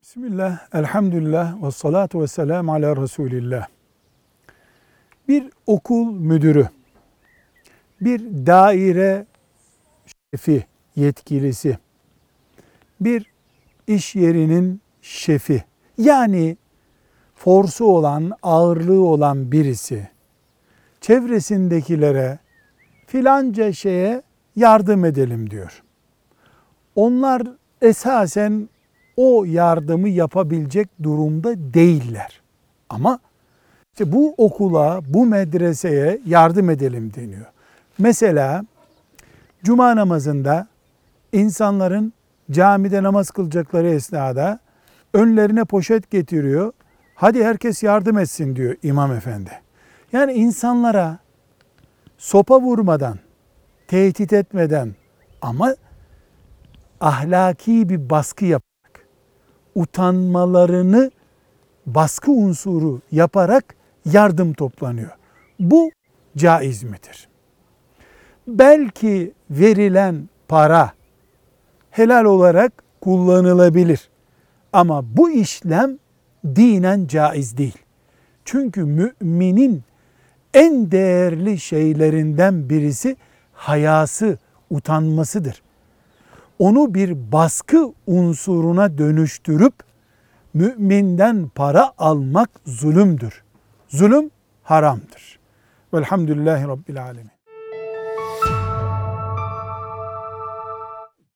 Bismillah, elhamdülillah ve salatu ve selamu ala Resulillah. Bir okul müdürü, bir daire şefi, yetkilisi, bir iş yerinin şefi, yani forsu olan, ağırlığı olan birisi, çevresindekilere filanca şeye yardım edelim diyor. Onlar esasen o yardımı yapabilecek durumda değiller. Ama işte bu okula, bu medreseye yardım edelim deniyor. Mesela cuma namazında insanların camide namaz kılacakları esnada önlerine poşet getiriyor. Hadi herkes yardım etsin diyor imam efendi. Yani insanlara sopa vurmadan, tehdit etmeden ama ahlaki bir baskı yaparak, utanmalarını baskı unsuru yaparak yardım toplanıyor. Bu caiz midir? Belki verilen para helal olarak kullanılabilir. Ama bu işlem dinen caiz değil. Çünkü müminin en değerli şeylerinden birisi hayası, utanmasıdır. Onu bir baskı unsuruna dönüştürüp müminden para almak zulümdür. Zulüm haramdır. Velhamdülillahi Rabbil Alemin.